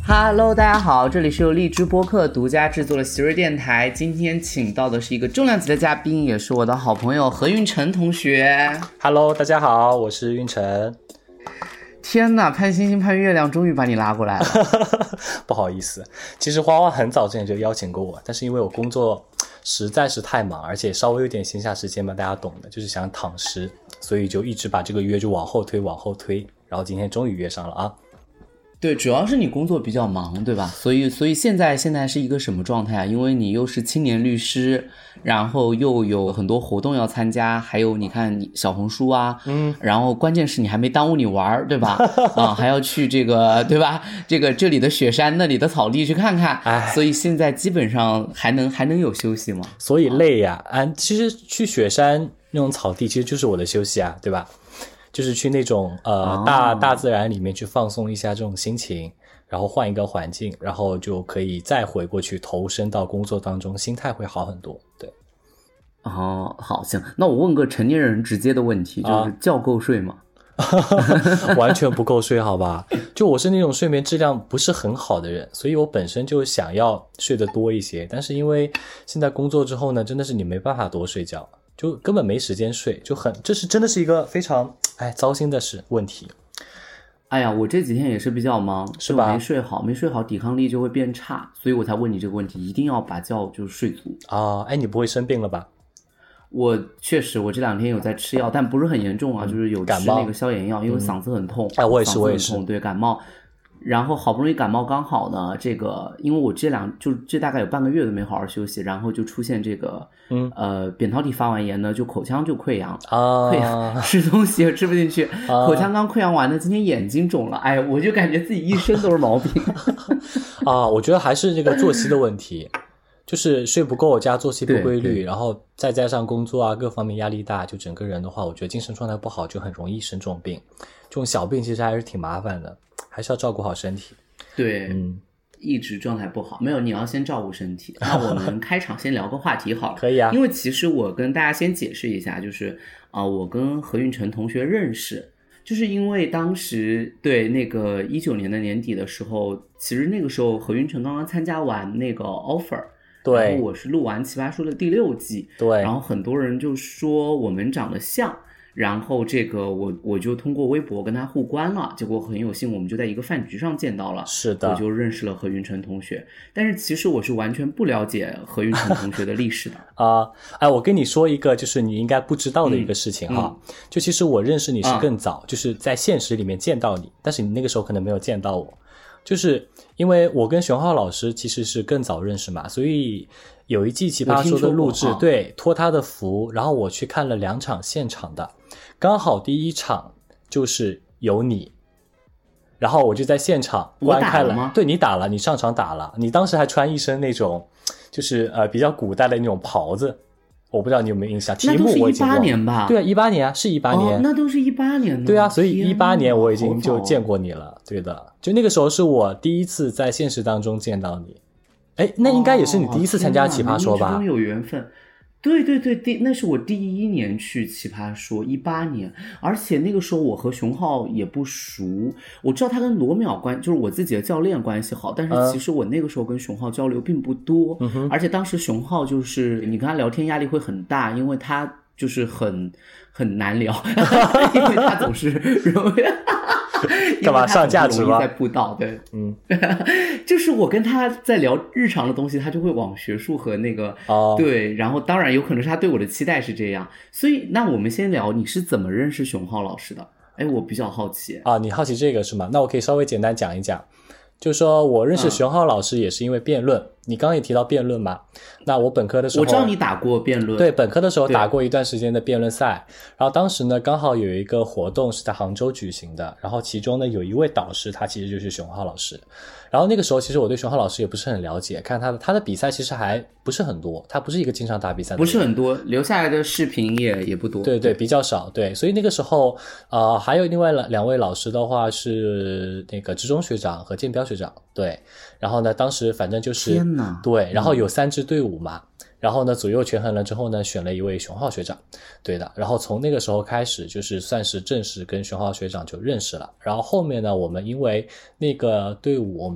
Hello， 大家好，这里是由荔枝播客独家制作的席瑞电台。今天请到的是一个重量级的嘉宾，也是我的好朋友何运晨同学。 Hello， 大家好，我是运晨。 天哪，盼星星盼月亮，终于把你拉过来了。 不好意思，其实花花很早之前就邀请过我，但是因为我工作实在是太忙，而且稍微有点闲暇时间嘛，大家懂的，就是想躺尸，所以就一直把这个约就往后推，然后今天终于约上了啊。 对，主要是你工作比较忙，对吧？所以现在是一个什么状态啊？因为你又是青年律师，然后又有很多活动要参加，还有你看你小红书啊，然后关键是你还没耽误你玩，对吧？啊，还要去这个，对吧？这里的雪山，那里的草地去看看，所以现在基本上还能有休息吗？ 所以累呀，其实去雪山那种草地其实就是我的休息啊，对吧？就是去那种大自然里面去放松一下这种心情，然后换一个环境，然后就可以再回过去投身到工作当中，心态会好很多。对， 哦，好，行，那我问个成年人直接的问题，就是觉够睡吗？ 完全不够睡，好吧？就我是那种睡眠质量不是很好的人，所以我本身就想要睡得多一些，但是因为现在工作之后呢，真的是你没办法多睡觉，就根本没时间睡，这是真的是一个非常糟心的问题。 哎呀，我这几天也是比较忙， 是吧？ 没睡好，抵抗力就会变差，所以我才问你这个问题，一定要把觉就睡足啊。你不会生病了吧？ 我确实，我这2天有在吃药，但不是很严重啊，就是有吃那个消炎药，因为嗓子很痛。 我也是， 对，感冒。然后好不容易感冒刚好呢，这个因为我这大概有半个月都没好好休息，然后就出现这个扁桃体发完炎呢，就口腔就溃疡溃疡，吃东西也吃不进去，口腔刚溃疡完呢，今天眼睛肿了，我就感觉自己一身都是毛病我觉得还是这个作息的问题，就是睡不够加作息不规律，然后再加上工作各方面压力大，就整个人的话，我觉得精神状态不好，就很容易生这种病。这种小病其实还是挺麻烦的，还是要照顾好身体。 对，一直状态不好，没有，你要先照顾身体。那我们开场先聊个话题好了。 可以啊。 因为其实我跟大家先解释一下，就是我跟何运晨同学认识，就是因为当时对那个19年的年底的时候，其实那个时候何运晨刚刚参加完那个 offer。 对， 然后我是录完奇葩说的第6季， 对， 然后很多人就说我们长得像，然后这个我就通过微博跟他互关了，结果很有幸我们就在一个饭局上见到了， 是的， 我就认识了何运晨同学，但是其实我是完全不了解何运晨同学的历史的我跟你说一个就是你应该不知道的一个事情就其实我认识你是更早，就是在现实里面见到你，但是你那个时候可能没有见到我。就是因为我跟熊浩老师其实是更早认识嘛，所以有一季奇葩说的录制，对，托他的福，然后我去看了2场现场的，刚好第一场就是有你，然后我就在现场观看了。 我打了吗？ 对，你打了，你上场打了，你当时还穿一身那种就是比较古代的那种袍子。我不知道你有没有印象，题目我已经忘了。 那都是18年吧？ 对啊，18年是18年。 那都是18年的。 对啊，所以18年我已经就见过你了。对的，就那个时候是我第一次在现实当中见到你。那应该也是你第一次参加奇葩说吧？ 有缘分。对，那是我第1年去奇葩说，18年，而且那个时候我和熊浩也不熟，我知道他跟罗淼就是我自己的教练关系好，但是其实我那个时候跟熊浩交流并不多，而且当时熊浩就是你跟他聊天压力会很大，因为他就是很难聊，因为他总是容易干嘛上价值吗？ 在布道，对，就是我跟他在聊日常的东西，他就会往学术和那个对，然后当然有可能是他对我的期待是这样，所以那我们先聊你是怎么认识熊浩老师的？我比较好奇你好奇这个是吗？那我可以稍微简单讲一讲。就是说我认识熊浩老师也是因为辩论，你刚刚也提到辩论嘛，那我本科的时候我知道你打过辩论， 对，本科的时候打过一段时间的辩论赛，然后当时呢刚好有一个活动是在杭州举行的，然后其中呢有一位导师他其实就是熊浩老师，然后那个时候其实我对熊浩老师也不是很了解，看他的比赛其实还不是很多，他不是一个经常打比赛的人， 不是很多，留下来的视频也不多， 对，比较少，对，所以那个时候还有另外2位老师的话是那个职中学长和建彪学长，对，然后呢当时反正就是天哪， 对，然后有3支队伍嘛，然后呢左右权衡了之后呢选了一位熊浩学长，对的，然后从那个时候开始就是算是正式跟熊浩学长就认识了，然后后面呢我们因为那个队伍我们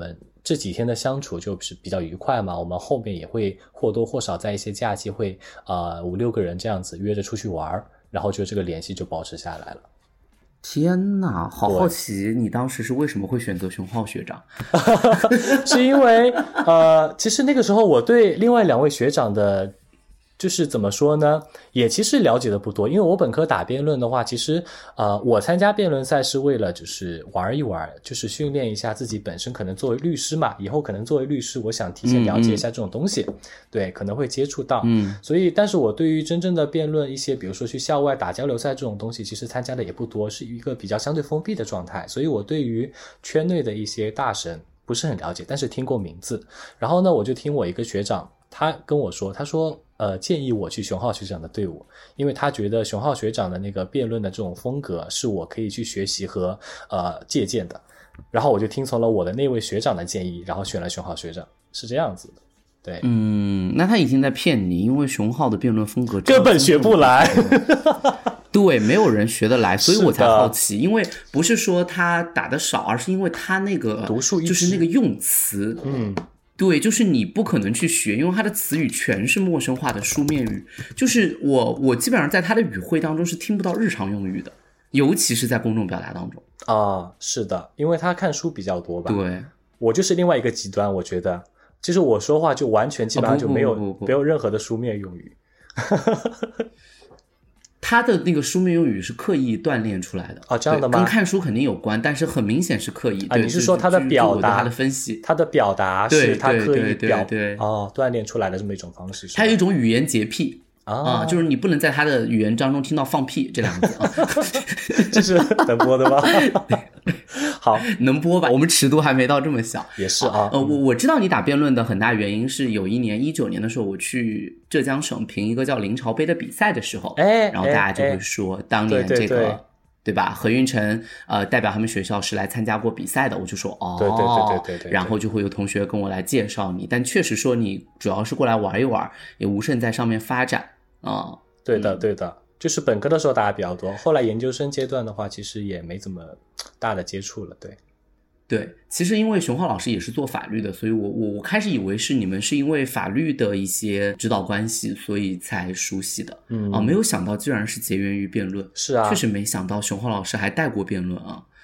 这几天的相处就是比较愉快嘛，我们后面也会或多或少在一些假期会5-6个人这样子约着出去玩，然后就这个联系就保持下来了。 天哪，好好奇你当时是为什么会选择熊浩学长？ 是因为其实那个时候我对另外2位学长的就是怎么说呢，也其实了解的不多。因为我本科打辩论的话，其实我参加辩论赛是为了就是玩一玩，就是训练一下自己本身可能作为律师嘛，以后可能作为律师我想提前了解一下这种东西，对，可能会接触到。所以但是我对于真正的辩论一些比如说去校外打交流赛这种东西其实参加的也不多，是一个比较相对封闭的状态，所以我对于圈内的一些大神不是很了解，但是听过名字。然后呢，我就听我一个学长他跟我说，他说建议我去熊浩学长的队伍，因为他觉得熊浩学长的那个辩论的这种风格是我可以去学习和借鉴的。然后我就听从了我的那位学长的建议，然后选了熊浩学长，是这样子的。对， 那他已经在骗你，因为熊浩的辩论风格根本学不来。 对，没有人学得来，所以我才好奇，因为不是说他打得少，而是因为他那个独树一帜， 就是那个用词，对，就是你不可能去学，因为他的词语全是陌生化的书面语，就是我基本上在他的语汇当中是听不到日常用语的，尤其是在公众表达当中。 是的，因为他看书比较多吧。 对， 我就是另外一个极端，我觉得就是我说话就完全基本上就没有任何的书面用语。 他的那个书面用语是刻意锻炼出来的。 这样的吗？ 跟看书肯定有关，但是很明显是刻意。 你是说他的表达， 他的分析， 他的表达是他刻意对锻炼出来的这么一种方式。 他有一种语言洁癖就是你不能在他的语言当中听到放屁这2个字这是能播的吗？好， 能播吧，我们尺度还没到这么小。 也是我知道你打辩论的很大原因是有一年19年的时候，我去浙江省评一个叫临潮杯的比赛的时候，然后大家就会说当年这个对吧？何运晨代表他们学校是来参加过比赛的，我就说对， 然后就会有同学跟我来介绍你，但确实说你主要是过来玩一玩，也无甚在上面发展对的，就是本科的时候打的比较多，后来研究生阶段的话，其实也没怎么大的接触了。 对，其实因为熊浩老师也是做法律的，所以我开始以为是你们是因为法律的一些指导关系，所以才熟悉的。没有想到居然是结缘于辩论。 是啊， 确实没想到熊浩老师还带过辩论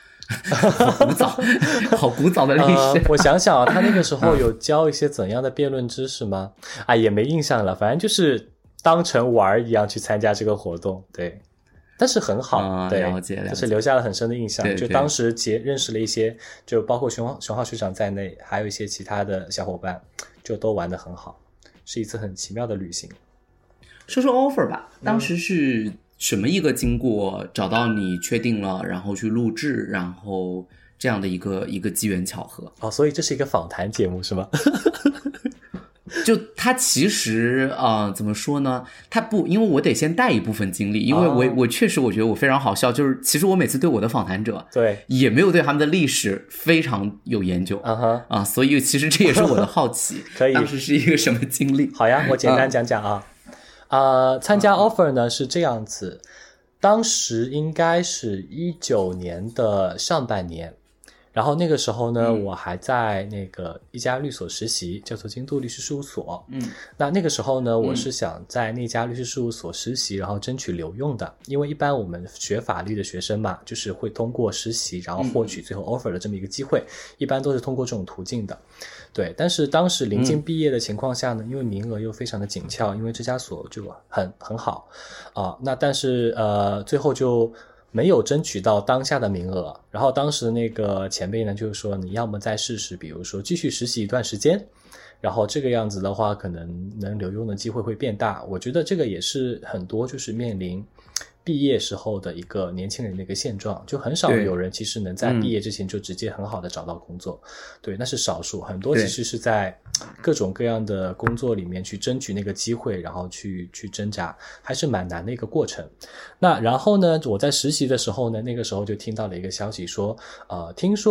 好古早的历史。 我想想他那个时候有教一些怎样的辩论知识吗？也没印象了，反正就是当成玩一样去参加这个活动。对。但是很好，对， 了解， 就是留下了很深的印象。 对， 就当时认识了一些，就包括熊浩学长在内，还有一些其他的小伙伴，就都玩得很好，是一次很奇妙的旅行。 说说 offer 吧，当时是什么一个经过找到你确定了，然后去录制，然后这样的一个机缘巧合。 所以这是一个访谈节目是吗？ 就他其实怎么说呢，他不，因为我得先带一部分经历，因为我确实我觉得我非常好笑，就是其实我每次对我的访谈者对也没有对他们的历史非常有研究所以其实这也是我的好奇可以， 当时是一个什么经历？ 好呀，我简单讲讲参加 offer 呢是这样子，当时应该是19年的上半年，然后那个时候呢，我还在那个一家律所实习，叫做京都律师事务所。那个时候呢，我是想在那家律师事务所实习，然后争取留用的。因为一般我们学法律的学生嘛，就是会通过实习，然后获取最后 offer 的这么一个机会，一般都是通过这种途径的。对，但是当时临近毕业的情况下呢，因为名额又非常的紧俏，因为这家所就很好那但是最后就没有争取到当下的名额，然后当时那个前辈呢就是说你要么再试试，比如说继续实习一段时间，然后这个样子的话可能能留用的机会会变大。我觉得这个也是很多就是面临毕业时候的一个年轻人的一个现状，就很少有人其实能在毕业之前就直接很好的找到工作，对，那是少数，很多其实是在各种各样的工作里面去争取那个机会，然后去挣扎，还是蛮难的一个过程。那然后呢，我在实习的时候呢，那个时候就听到了一个消息说听说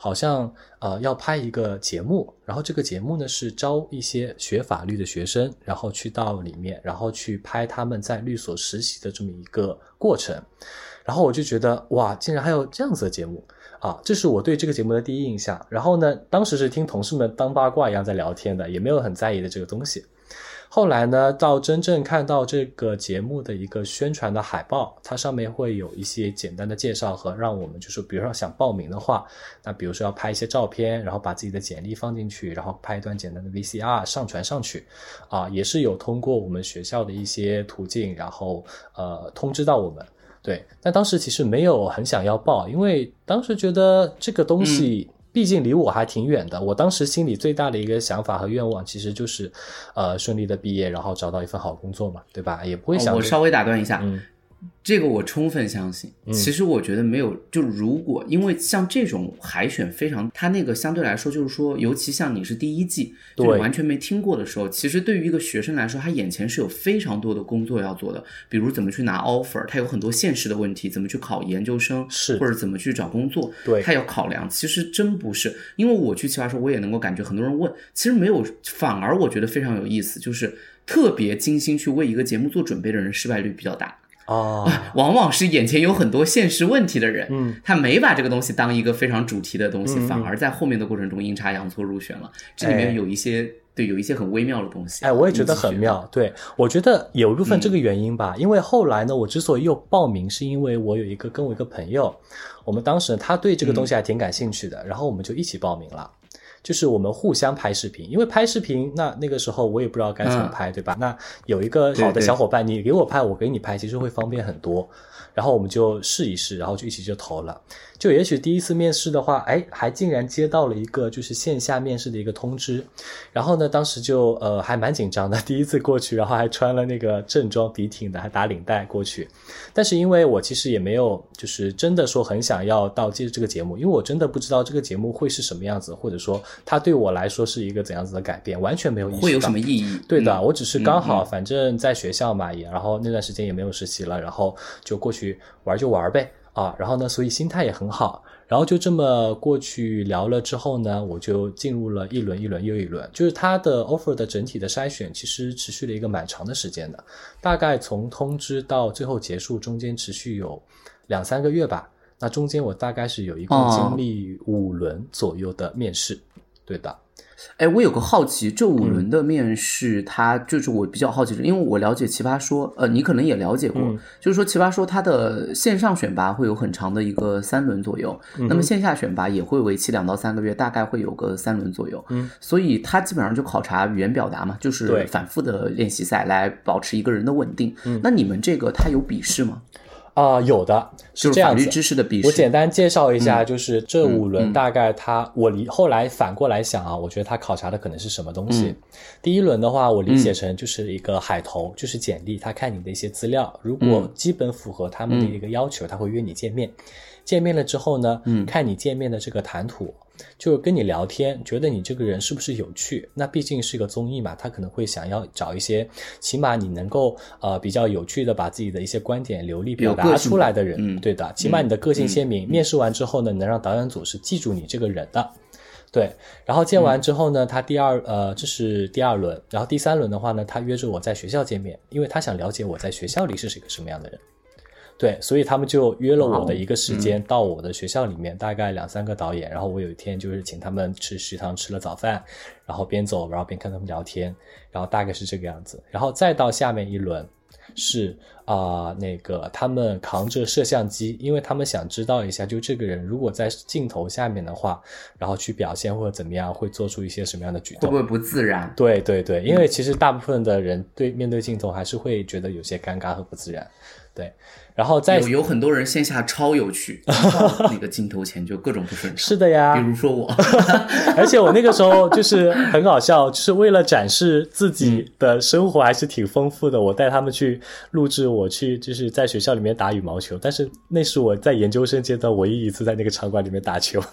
好像要拍一个节目，然后这个节目呢是招一些学法律的学生，然后去到里面，然后去拍他们在律所实习的这么一个过程。然后我就觉得哇，竟然还有这样子的节目啊，这是我对这个节目的第一印象。然后呢，当时是听同事们当八卦一样在聊天的，也没有很在意的这个东西。后来呢，到真正看到这个节目的一个宣传的海报，它上面会有一些简单的介绍和让我们就是比如说想报名的话，那比如说要拍一些照片，然后把自己的简历放进去，然后拍一段简单的 VCR 上传上去啊，也是有通过我们学校的一些途径，然后通知到我们。对，但当时其实没有很想要报，因为当时觉得这个东西毕竟离我还挺远的。我当时心里最大的一个想法和愿望其实就是顺利的毕业，然后找到一份好工作嘛，对吧？也不会想我稍微打断一下，这个我充分相信。其实我觉得没有，就如果因为像这种海选非常，它那个相对来说就是说，尤其像你是第一季，就完全没听过的时候，其实对于一个学生来说，他眼前是有非常多的工作要做的，比如怎么去拿 offer， 他有很多现实的问题，怎么去考研究生， 是或者怎么去找工作， 对， 他要考量。其实真不是，因为我去奇葩说，我也能够感觉很多人问，其实没有，反而我觉得非常有意思，就是特别精心去为一个节目做准备的人，失败率比较大。往往是眼前有很多现实问题的人，他没把这个东西当一个非常主题的东西，反而在后面的过程中阴差阳错入选了。这里面有一些对，有一些很微妙的东西。 我也觉得很妙。对，我觉得有一部分这个原因吧，因为后来呢，我之所以又报名，是因为我有跟我一个朋友，我们当时他对这个东西还挺感兴趣的，然后我们就一起报名了。就是我们互相拍视频，因为拍视频那个时候我也不知道该怎么拍，对吧？那有一个好的小伙伴，你给我拍我给你拍，其实会方便很多。然后我们就试一试，然后就一起就投了。就也许第一次面试的话，还竟然接到了一个就是线下面试的一个通知。然后呢，当时就还蛮紧张的，第一次过去，然后还穿了那个正装笔挺的，还打领带过去。但是因为我其实也没有就是真的说很想要到接这个节目，因为我真的不知道这个节目会是什么样子，或者说它对我来说是一个怎样子的改变，完全没有意识到会有什么意义。 对的，我只是刚好反正在学校嘛，然后那段时间也没有实习了，然后就过去玩就玩呗啊，然后呢，所以心态也很好，然后就这么过去聊了之后呢，我就进入了一轮又一轮，就是他的 offer 的整体的筛选其实持续了一个蛮长的时间的，大概从通知到最后结束中间持续有2-3个月吧，那中间我大概是有一共经历5轮左右的面试，对的。 我有个好奇，这5轮的面试，它就是我比较好奇的，因为我了解奇葩说，你可能也了解过，就是说奇葩说它的线上选拔会有很长的一个3轮左右，那么线下选拔也会为期2到3个月，大概会有个3轮左右，所以它基本上就考察语言表达嘛，就是反复的练习赛来保持一个人的稳定。那你们这个它有笔试吗？ 有的，是这样子。 就是法律知识的笔试。 我简单介绍一下，就是这5轮大概我后来反过来想啊，我觉得他考察的可能是什么东西。第一轮的话，我理解成就是一个海投，就是简历，他看你的一些资料，如果基本符合他们的一个要求，他会约你见面。见面了之后呢，看你见面的这个谈吐，就跟你聊天，觉得你这个人是不是有趣。那毕竟是个综艺嘛，他可能会想要找一些起码你能够比较有趣的把自己的一些观点流利表达出来的人，对的，起码你的个性鲜明。面试完之后呢，能让导演组是记住你这个人的。对，然后见完之后呢，他这是第2轮，然后第3轮的话呢，他约着我在学校见面，因为他想了解我在学校里是一个什么样的人。对，所以他们就约了我的一个时间到我的学校里面，大概2-3个导演，然后我有一天就是请他们吃食堂吃了早饭，然后边走然后边跟他们聊天，然后大概是这个样子，然后再到下面一轮是那个他们扛着摄像机，因为他们想知道一下就这个人如果在镜头下面的话，然后去表现或者怎么样，会做出一些什么样的举动， 会不会不自然。对对对，因为其实大部分的人面对镜头还是会觉得有些尴尬和不自然。对，然后有很多人线下超有趣，那个镜头前就各种不顺畅。 是的呀， 比如说我而且我那个时候就是很搞笑，就是为了展示自己的生活还是挺丰富的，我带他们去录制我去就是在学校里面打羽毛球，但是那是我在研究生阶段唯一一次在那个场馆里面打球。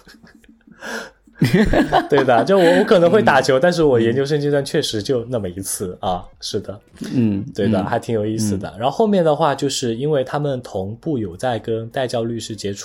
对的，就我可能会打球，但是我研究生阶段确实就那么一次啊，是的，对的，还挺有意思的。然后后面的话，就是因为他们同步有在跟代教律师接触，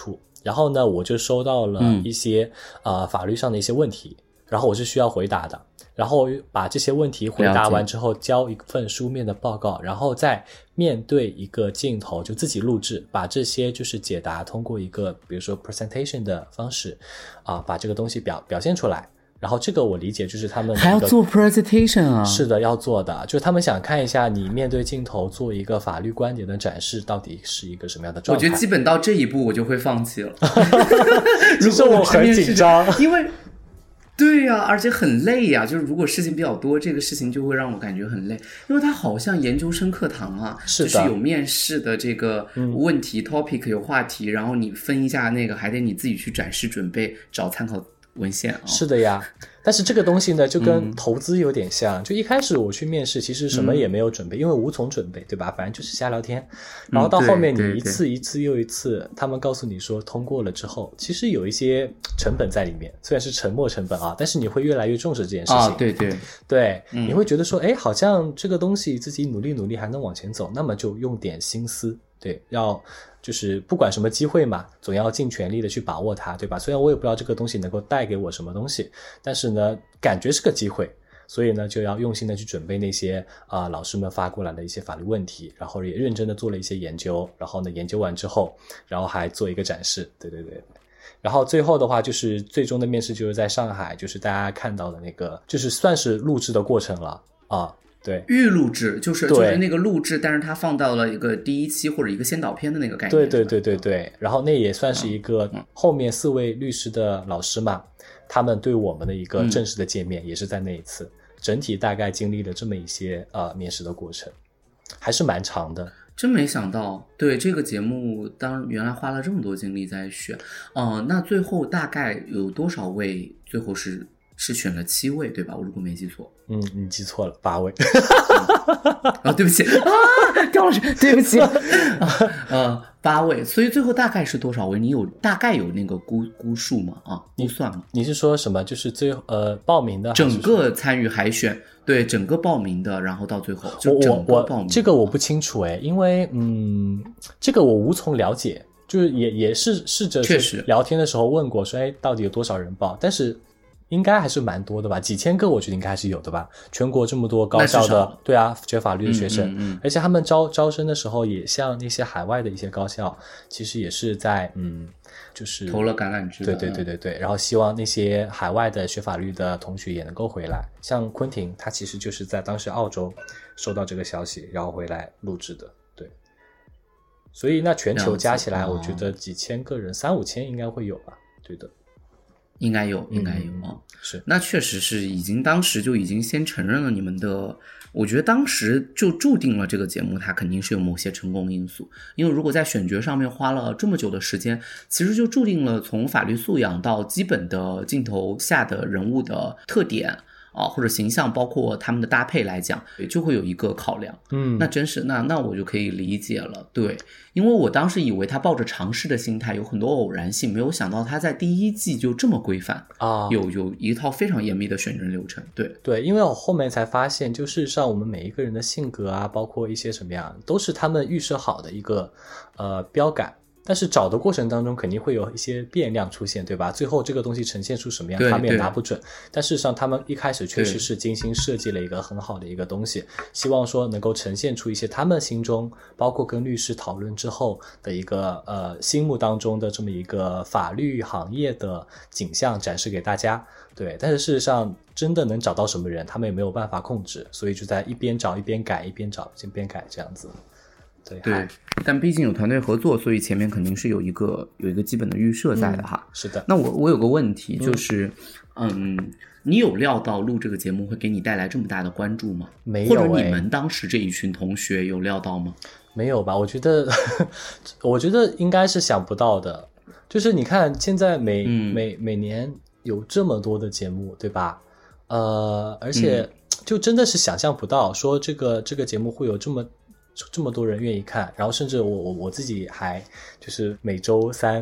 然后呢，我就收到了一些法律上的一些问题，然后我是需要回答的，然后把这些问题回答完之后交一份书面的报告，然后再面对一个镜头就自己录制，把这些就是解答通过一个比如说 presentation 的方式把这个东西表现出来。然后这个我理解就是他们还要做 presentation 啊？ 是的，要做的，就是他们想看一下你面对镜头做一个法律观点的展示到底是一个什么样的状态。 我觉得基本到这一步我就会放弃了。 如果我很紧张， 因为对呀，而且很累呀。就是如果事情比较多，这个事情就会让我感觉很累，因为它好像研究生课堂啊，就是有面试的这个问题、topic 有话题，然后你分一下那个，还得你自己去展示准备找参考文献是的呀，但是这个东西呢就跟投资有点像，就一开始我去面试其实什么也没有准备，因为无从准备，对吧？反正就是瞎聊天，然后到后面你一次一次又一次他们告诉你说通过了之后，其实有一些成本在里面，虽然是沉没成本但是你会越来越重视这件事情对你会觉得说好像这个东西自己努力还能往前走，那么就用点心思，对，要就是不管什么机会嘛，总要尽全力的去把握它，对吧？虽然我也不知道这个东西能够带给我什么东西，但是呢感觉是个机会，所以呢就要用心的去准备那些老师们发过来的一些法律问题，然后也认真的做了一些研究，然后呢研究完之后然后还做一个展示，对，然后最后的话就是最终的面试就是在上海，就是大家看到的那个就是算是录制的过程了对， 预录制就是那个录制，但是它放到了一个第一期或者一个先导片的那个概念。 对，然后那也算是一个后面4位律师的老师嘛，他们对我们的一个正式的见面也是在那一次，整体大概经历了这么一些面试的过程，还是蛮长的。 真没想到，对这个节目，原来花了这么多精力在选。那最后大概有多少位？最后是选了7位，对吧？我如果没记错。 你记错了，8位。 对不起刁老师，对不起。8位，所以最后大概是多少位？你大概有那个估数吗？估算吗？ 你是说什么？就是报名的， 整个参与海选，对，整个报名的，然后到最后就整个报名。 这个我不清楚因为这个我无从了解，就是也是试着确实聊天的时候问过说到底有多少人报，但是应该还是蛮多的吧，几千个我觉得应该还是有的吧。全国这么多高校的，对啊，学法律的学生，而且他们招生的时候也像那些海外的一些高校，其实也是在就是投了橄榄枝的。 对，然后希望那些海外的学法律的同学也能够回来。像昆汀他其实就是在当时澳洲收到这个消息然后回来录制的，对。所以那全球加起来我觉得几千个人，3-5千应该会有吧，对的。 应该有是， 那确实是当时就已经先承认了你们的，我觉得当时就注定了这个节目它肯定是有某些成功因素，因为如果在选角上面花了这么久的时间，其实就注定了从法律素养到基本的镜头下的人物的特点或者形象，包括他们的搭配来讲，就会有一个考量。那真是那我就可以理解了。对，因为我当时以为他抱着尝试的心态，有很多偶然性，没有想到他在第1季就这么规范有一套非常严密的选人流程。 对，因为我后面才发现，就事实上我们每一个人的性格包括一些什么样，都是他们预设好的一个标杆。但是找的过程当中肯定会有一些变量出现，对吧？最后这个东西呈现出什么样他们也拿不准，但事实上他们一开始确实是精心设计了一个很好的一个东西，希望说能够呈现出一些他们心中包括跟律师讨论之后的一个心目当中的这么一个法律行业的景象展示给大家。对，但是事实上真的能找到什么人他们也没有办法控制，所以就在一边找一边改，一边找一边改这样子。 对，但毕竟有团队合作，所以前面肯定是有一个基本的预设在的哈。 是的。 那我有个问题就是，你有料到录这个节目会给你带来这么大的关注吗？ 没有。 或者你们当时这一群同学有料到吗？ 没有吧，我觉得应该是想不到的。就是你看现在每年有这么多的节目，对吧？而且就真的是想象不到说这个节目会有这么多人愿意看，然后甚至我自己还就是每周3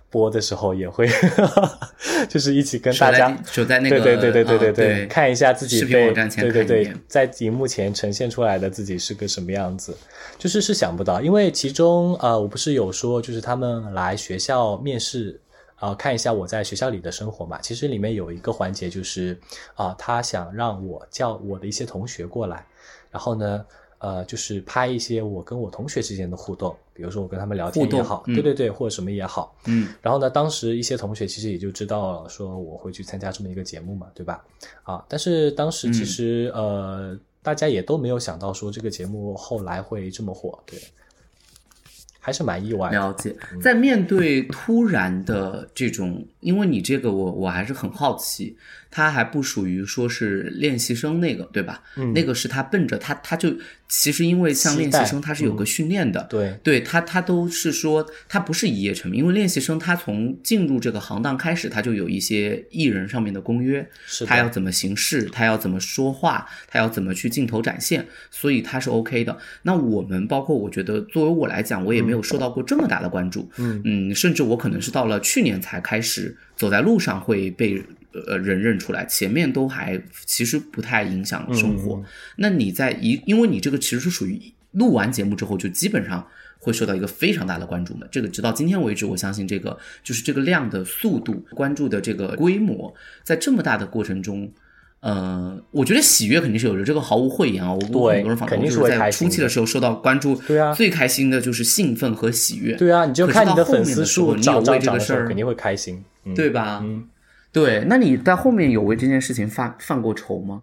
播的时候也会就是一起跟大家守在那个对看一下自己视频网站前对在荧幕前呈现出来的自己是个什么样子，就是想不到。因为其中我不是有说就是他们来学校面试看一下我在学校里的生活嘛，其实里面有一个环节就是他想让我叫我的一些同学过来，然后呢就是拍一些我跟我同学之间的互动，比如说我跟他们聊天也好，对，或者什么也好，然后呢，当时一些同学其实也就知道说我会去参加这么一个节目嘛，对吧？但是当时其实大家也都没有想到说这个节目后来会这么火，对，还是蛮意外的。 了解，在面对突然的这种，因为你这个我还是很好奇，他还不属于说是练习生那个，对吧？那个是他奔着他就其实因为像练习生他是有个训练的，对他都是说他不是一夜成名，因为练习生他从进入这个行当开始，他就有一些艺人上面的公约，他要怎么行事，他要怎么说话，他要怎么去镜头展现，所以他是 OK 的。那我们包括我觉得作为我来讲，我也没有受到过这么大的关注，甚至我可能是到了去年才开始走在路上会被人认出来，前面都还其实不太影响生活。那你在因为你这个其实是属于录完节目之后就基本上会受到一个非常大的关注的，这个直到今天为止，我相信这个就是这个量的速度，关注的这个规模，在这么大的过程中。我觉得喜悦肯定是有的，这个毫无讳言啊。我很多人访谈就是在初期的时候受到关注， 对啊， 最开心的就是兴奋和喜悦。 对啊，你就看你的粉丝数涨为这个事儿肯定会开心， 对吧？对。那你在后面有为这件事情犯过愁吗？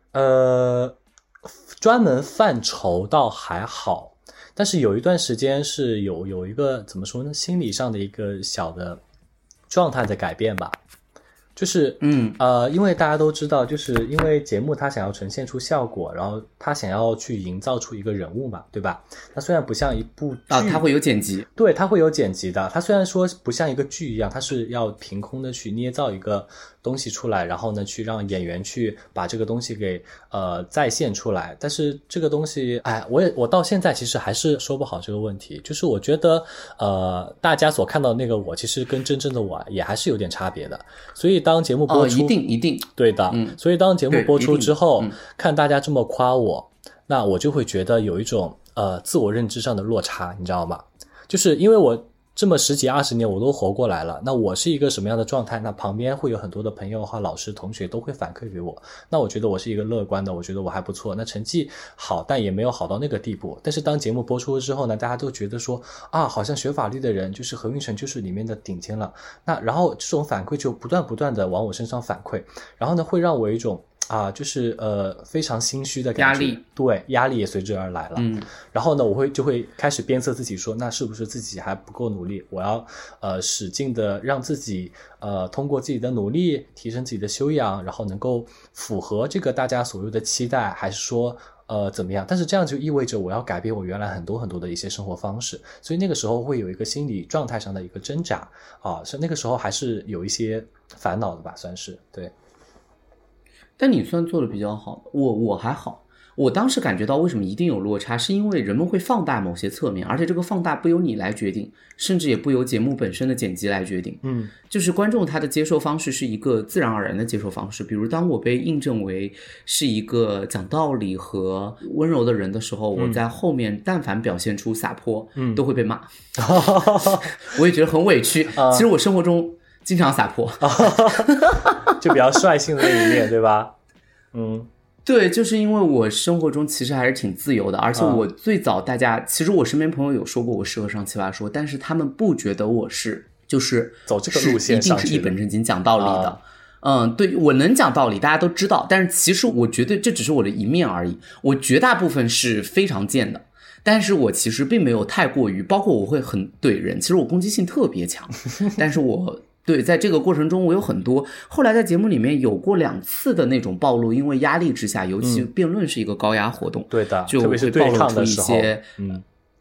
专门犯愁倒还好，但是有一段时间是有一个怎么说呢，心理上的一个小的状态的改变吧。就是因为大家都知道，就是因为节目它想要呈现出效果，然后它想要去营造出一个人物嘛，对吧？它虽然不像一部剧它会有剪辑， 对，它会有剪辑的。它虽然说不像一个剧一样，它是要凭空的去捏造一个东西出来，然后呢去让演员去把这个东西给再现出来。但是这个东西我到现在其实还是说不好这个问题，就是我觉得大家所看到的那个我其实跟真正的我也还是有点差别的。所以当节目播出一定对的，所以当节目播出之后，看大家这么夸我，那我就会觉得有一种自我认知上的落差，你知道吗？就是因为我这么10几20年我都活过来了，那我是一个什么样的状态，那旁边会有很多的朋友和老师同学都会反馈给我，那我觉得我是一个乐观的，我觉得我还不错，那成绩好但也没有好到那个地步。但是当节目播出之后呢，大家都觉得说好像学法律的人就是何运晨就是里面的顶尖了，那然后这种反馈就不断的往我身上反馈，然后呢会让我有一种就是非常心虚的感觉， 压力， 对，压力也随之而来了。然后呢，我就会开始鞭策自己说，那是不是自己还不够努力？我要使劲的让自己通过自己的努力提升自己的修养，然后能够符合这个大家所谓的期待，还是说怎么样？但是这样就意味着我要改变我原来很多的一些生活方式，所以那个时候会有一个心理状态上的一个挣扎所以那个时候还是有一些烦恼的吧，算是对。 但你算做的比较好，我还好。我当时感觉到为什么一定有落差，是因为人们会放大某些侧面，而且这个放大不由你来决定，甚至也不由节目本身的剪辑来决定。就是观众他的接受方式是一个自然而然的接受方式。比如当我被印证为是一个讲道理和温柔的人的时候，我在后面但凡表现出洒脱，都会被骂。我也觉得很委屈。其实我生活中经常洒脱。 就比较率性的那一面，对吧？ 对，就是因为我生活中其实还是挺自由的，而且我最早其实我身边朋友有说过我适合上奇葩说，但是他们不觉得我是就是走这个路线上去的， 一定是一本正经讲道理的。对，我能讲道理，大家都知道，但是其实我觉得这只是我的一面而已，我绝大部分是非常贱的。但是我其实并没有太过于，包括我会很怼人，其实我攻击性特别强，但是对，在这个过程中我有很多，后来在节目里面有过2次的那种暴露，因为压力之下，尤其辩论是一个高压活动， 对的， 就会暴露出一些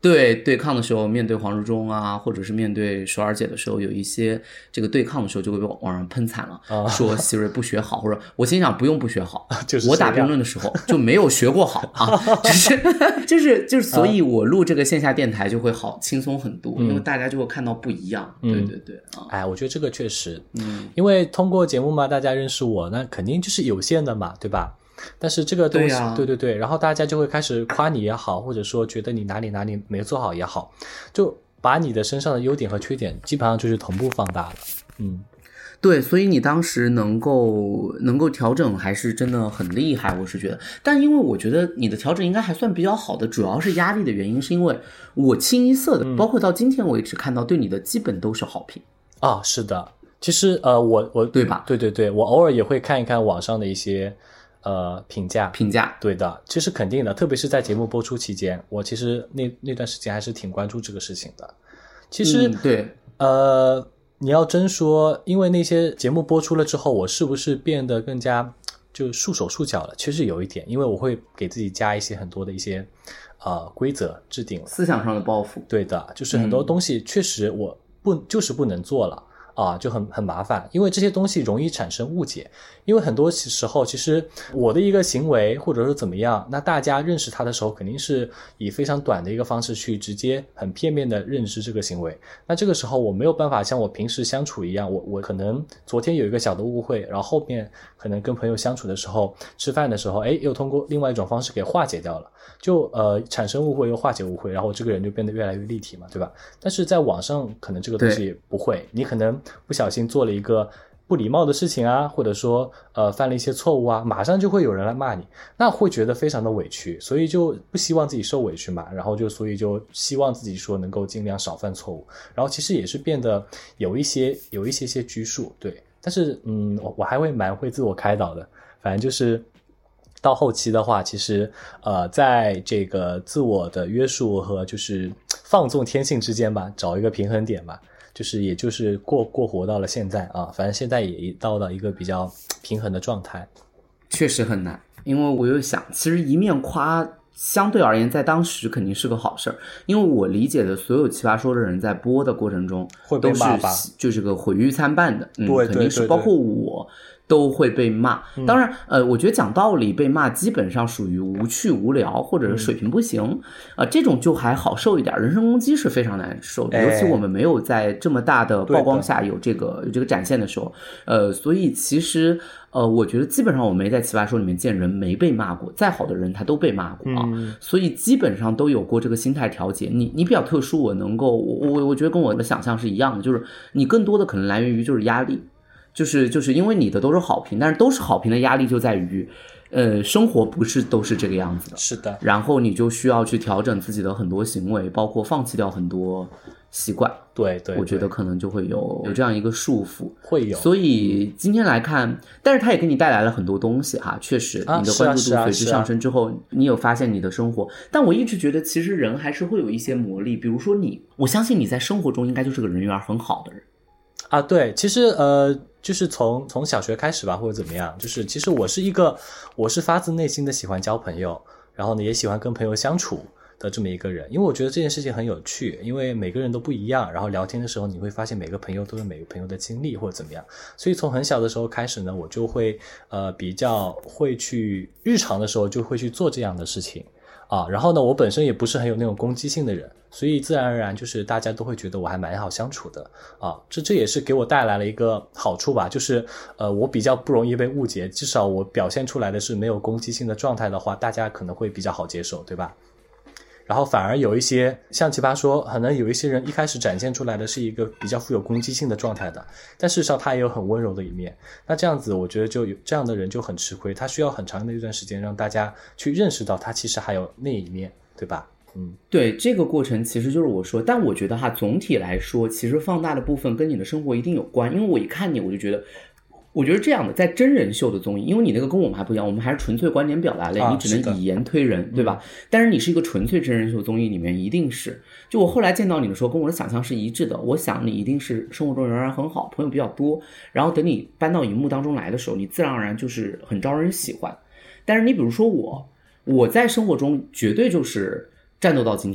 对抗的时候，面对黄志忠啊，或者是面对首尔姐的时候，有一些这个对抗的时候，就会被网上喷惨了，说希瑞不学好，或者我心想不用不学好， 就是我打辩论的时候就没有学过好啊，就是，所以我录这个线下电台就会好轻松很多，因为大家就会看到不一样，对啊， 哎，我觉得这个确实，因为通过节目嘛，大家认识我，那肯定就是有限的嘛，对吧？但是这个东西，对，然后大家就会开始夸你也好，或者说觉得你哪里没做好也好，就把你的身上的优点和缺点基本上就是同步放大了。 对，所以你当时能够调整还是真的很厉害，我是觉得。但因为我觉得你的调整应该还算比较好的，主要是压力的原因，是因为我清一色的，包括到今天为止看到对你的基本都是好评啊。是的，其实我对吧？ 对，我偶尔也会看一看网上的一些评价，对的，其实肯定的，特别是在节目播出期间，我其实那段时间还是挺关注这个事情的。其实对， 你要真说，因为那些节目播出了之后，我是不是变得更加就束手束脚了？其实有一点，因为我会给自己加一些很多的一些规则制定了， 思想上的包袱。 对的，就是很多东西确实我不能做了。就很麻烦，因为这些东西容易产生误解。因为很多时候，其实我的一个行为或者说怎么样，那大家认识他的时候，肯定是以非常短的一个方式去直接很片面的认知这个行为。那这个时候我没有办法像我平时相处一样，我可能昨天有一个小的误会，然后后面可能跟朋友相处的时候，吃饭的时候，又通过另外一种方式给化解掉了，就产生误会又化解误会，然后这个人就变得越来越立体嘛，对吧？但是在网上可能这个东西不会，你可能不小心做了一个不礼貌的事情啊，或者说犯了一些错误啊，马上就会有人来骂你，那会觉得非常的委屈，所以就不希望自己受委屈嘛，然后所以就希望自己说能够尽量少犯错误，然后其实也是变得有一些拘束，对，但是我还会蛮会自我开导的，反正就是到后期的话，其实在这个自我的约束和就是放纵天性之间吧，找一个平衡点吧，也就是过活到了现在啊，反正现在也到了一个比较平衡的状态。 确实很难，因为我又想，其实一面夸相对而言在当时肯定是个好事儿，因为我理解的所有奇葩说的人在播的过程中会被骂吧， 就是个毁誉参半的， 对， 肯定是，包括我都会被骂。当然我觉得讲道理被骂基本上属于无趣无聊或者是水平不行这种就还好受一点，人身攻击是非常难受的，尤其我们没有在这么大的曝光下有这个展现的时候所以其实我觉得基本上我没在奇葩说里面见人没被骂过，再好的人他都被骂过所以基本上都有过这个心态调节。你比较特殊，我能够我觉得跟我的想象是一样的，就是你更多的可能来源于就是压力，就是因为你的都是好评，但是都是好评的压力就在于生活不是都是这个样子的， 是的， 然后你就需要去调整自己的很多行为，包括放弃掉很多习惯， 对， 我觉得可能就会有这样一个束缚， 会有。 所以今天来看，但是它也给你带来了很多东西哈，确实你的关注度随之上升之后你有发现你的生活，但我一直觉得其实人还是会有一些魔力，比如说我相信你在生活中应该就是个人缘很好的人啊，对，其实就是从小学开始吧，或者怎么样，就是其实我是发自内心的喜欢交朋友，然后呢也喜欢跟朋友相处的这么一个人，因为我觉得这件事情很有趣，因为每个人都不一样，然后聊天的时候你会发现每个朋友都有每个朋友的经历或者怎么样，所以从很小的时候开始呢，我就会比较会去日常的时候就会去做这样的事情然后呢我本身也不是很有那种攻击性的人，所以自然而然就是大家都会觉得我还蛮好相处的这也是给我带来了一个好处吧，就是我比较不容易被误解，至少我表现出来的是没有攻击性的状态的话，大家可能会比较好接受，对吧？然后反而有一些像奇葩说，可能有一些人一开始展现出来的是一个比较富有攻击性的状态的，但事实上他也有很温柔的一面，那这样子我觉得就有这样的人就很吃亏，他需要很长的一段时间让大家去认识到他其实还有那一面，对吧？ 对，这个过程其实就是我说，但我觉得总体来说其实放大的部分跟你的生活一定有关，因为我一看你我就觉得这样的，在真人秀的综艺，因为你那个跟我们还不一样，我们还是纯粹观点表达类，你只能以言推人，对吧？但是你是一个纯粹真人秀综艺里面一定是，就我后来见到你的时候跟我的想象是一致的，我想你一定是生活中人缘很好，朋友比较多，然后等你搬到荧幕当中来的时候，你自然而然就是很招人喜欢。但是你比如说我在生活中绝对就是战斗到今天的，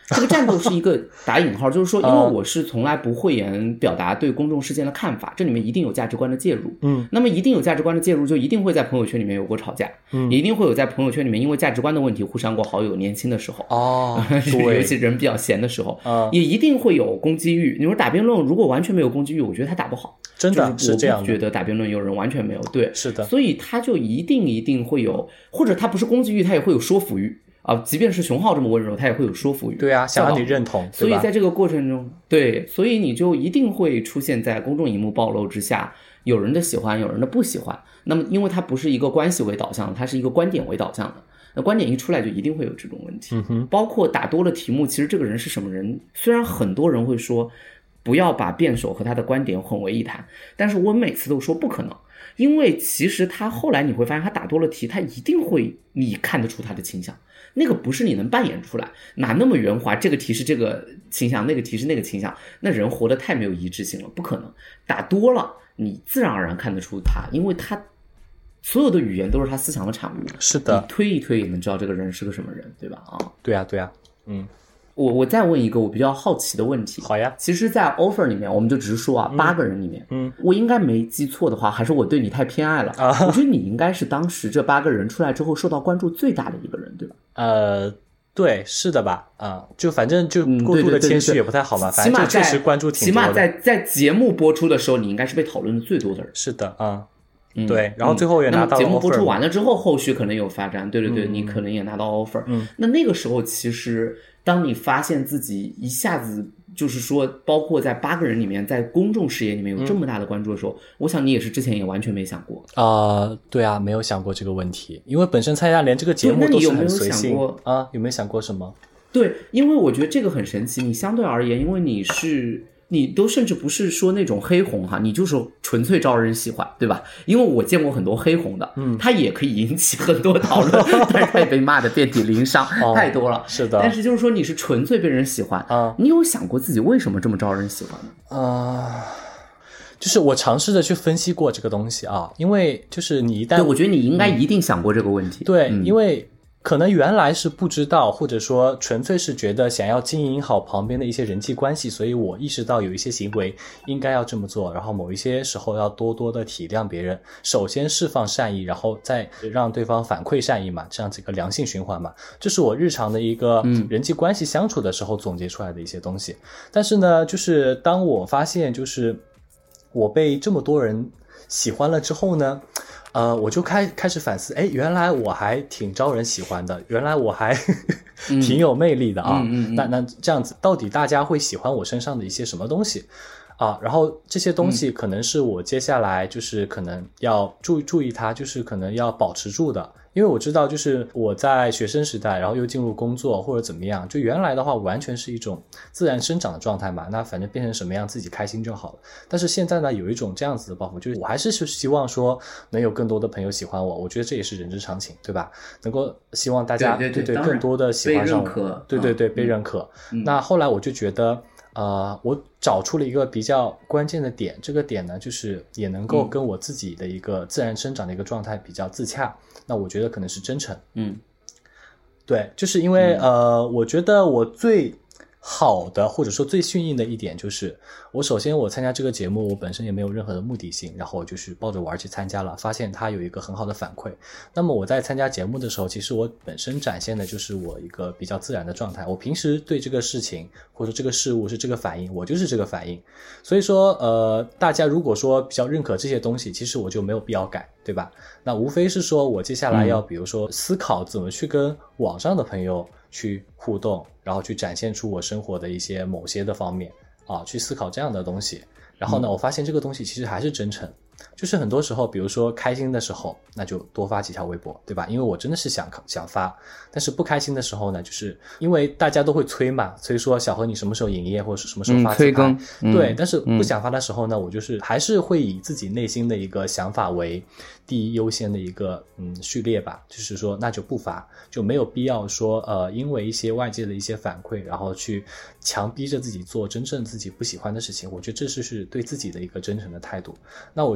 这个战斗是一个打引号，就是说，因为我是从来不讳言表达对公众事件的看法，这里面一定有价值观的介入。那么一定有价值观的介入，就一定会在朋友圈里面有过吵架，也一定会有在朋友圈里面因为价值观的问题互删过好友，年轻的时候尤其人比较闲的时候，也一定会有攻击欲。你说打辩论如果完全没有攻击欲，我觉得他打不好， 真的是这样的。 我不觉得打辩论有人完全没有，对， 是的， 所以他就一定会有，或者他不是攻击欲，他也会有说服欲。即便是熊浩这么温柔，他也会有说服欲。 对啊，想让你认同， 所以在这个过程中，对，所以你就一定会出现在公众荧幕暴露之下，有人的喜欢，有人的不喜欢。那么，因为它不是一个关系为导向的，它是一个观点为导向的。那观点一出来，就一定会有这种问题。包括打多了题目，其实这个人是什么人？虽然很多人会说不要把辩手和他的观点混为一谈，但是我每次都说不可能。因为其实他后来你会发现，他打多了题，他一定会你看得出他的倾向，那个不是你能扮演出来，哪那么圆滑？这个题是这个倾向，那个题是那个倾向，那人活得太没有一致性了，不可能。打多了，你自然而然看得出他，因为他所有的语言都是他思想的产物。 是的， 你推一推也能知道这个人是个什么人，对吧？ 对啊， 我再问一个我比较好奇的问题。 好呀， 其实在 offer 里面我们就直说8个人里面，我应该没记错的话，还是我对你太偏爱了我觉得你应该是当时这8个人出来之后受到关注最大的一个人，对吧？ 对，是的吧？就反正就过度的谦虚也不太好嘛，反正确实关注挺多的。 起码在节目播出的时候，你应该是被讨论的最多的人。 是的，对，然后最后也拿到了 offer。 节目播出完了之后，后续可能有发展，对，你可能也拿到 offer。那个时候其实当你发现自己一下子就是说包括在8个人里面在公众视野里面有这么大的关注的时候，我想你也是之前也完全没想过。 对啊，没有想过这个问题，因为本身参加连这个节目都是很随性。有没有想过什么？ 对，因为我觉得这个很神奇，你相对而言，因为你都甚至不是说那种黑红哈，你就是纯粹招人喜欢，对吧？因为我见过很多黑红的，他也可以引起很多讨论，但是他也被骂得遍体鳞伤，太多了。 是的， 但是就是说你是纯粹被人喜欢你有想过自己为什么这么招人喜欢呢？ 就是我尝试着去分析过这个东西因为就是你一旦， 对，我觉得你应该一定想过这个问题。 对，因为可能原来是不知道，或者说纯粹是觉得想要经营好旁边的一些人际关系，所以我意识到有一些行为应该要这么做，然后某一些时候要多多的体谅别人，首先释放善意，然后再让对方反馈善意嘛，这样子一个良性循环嘛，这是我日常的一个人际关系相处的时候总结出来的一些东西。但是呢，就是当我发现就是我被这么多人喜欢了之后呢，我就开始反思，原来我还挺招人喜欢的，原来我还挺有魅力的那这样子，到底大家会喜欢我身上的一些什么东西然后这些东西可能是我接下来就是可能要注意它，就是可能要保持住的。因为我知道就是我在学生时代然后又进入工作或者怎么样，就原来的话完全是一种自然生长的状态嘛，那反正变成什么样自己开心就好了。但是现在呢有一种这样子的抱负，就是我还是希望说能有更多的朋友喜欢我觉得这也是人之常情，对吧？能够希望大家对更多的喜欢上我，对被认可。那后来我就觉得我找出了一个比较关键的点，这个点呢就是也能够跟我自己的一个自然生长的一个状态比较自洽，那我觉得可能是真诚。对，就是因为我觉得我最好的或者说最幸运的一点就是我首先我参加这个节目我本身也没有任何的目的性，然后我就是抱着玩去参加了，发现它有一个很好的反馈。那么我在参加节目的时候，其实我本身展现的就是我一个比较自然的状态，我平时对这个事情或者这个事物是这个反应，我就是这个反应。所以说大家如果说比较认可这些东西，其实我就没有必要改，对吧？那无非是说我接下来要比如说思考怎么去跟网上的朋友去互动，然后去展现出我生活的一些某些的方面去思考这样的东西。然后呢我发现这个东西其实还是真诚，就是很多时候比如说开心的时候那就多发几条微博，对吧？因为我真的是想发。但是不开心的时候呢，就是因为大家都会催嘛，催说小何你什么时候营业或者是什么时候发催更对，但是不想发的时候呢，我就是还是会以自己内心的一个想法为第一优先的一个序列吧，就是说那就不发，就没有必要说因为一些外界的一些反馈然后去强逼着自己做真正自己不喜欢的事情，我觉得这是对自己的一个真诚的态度。那我觉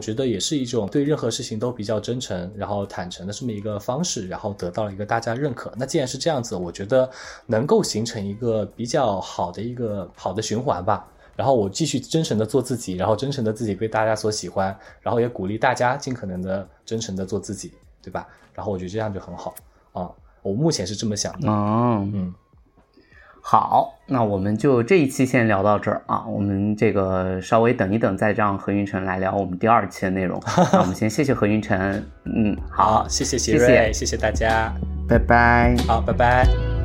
觉得也是一种对任何事情都比较真诚然后坦诚的这么一个方式，然后得到了一个大家认可。那既然是这样子，我觉得能够形成一个比较好的循环吧。然后我继续真诚的做自己，然后真诚的自己被大家所喜欢，然后也鼓励大家尽可能的真诚的做自己，对吧？然后我觉得这样就很好啊，我目前是这么想的。 好，那我们就这一期先聊到这儿啊，我们这个稍微等一等，再让何云晨来聊我们第2期的内容。那我们先谢谢何云晨，好， 谢谢谢瑞，谢谢大家， 拜拜， 好，拜拜。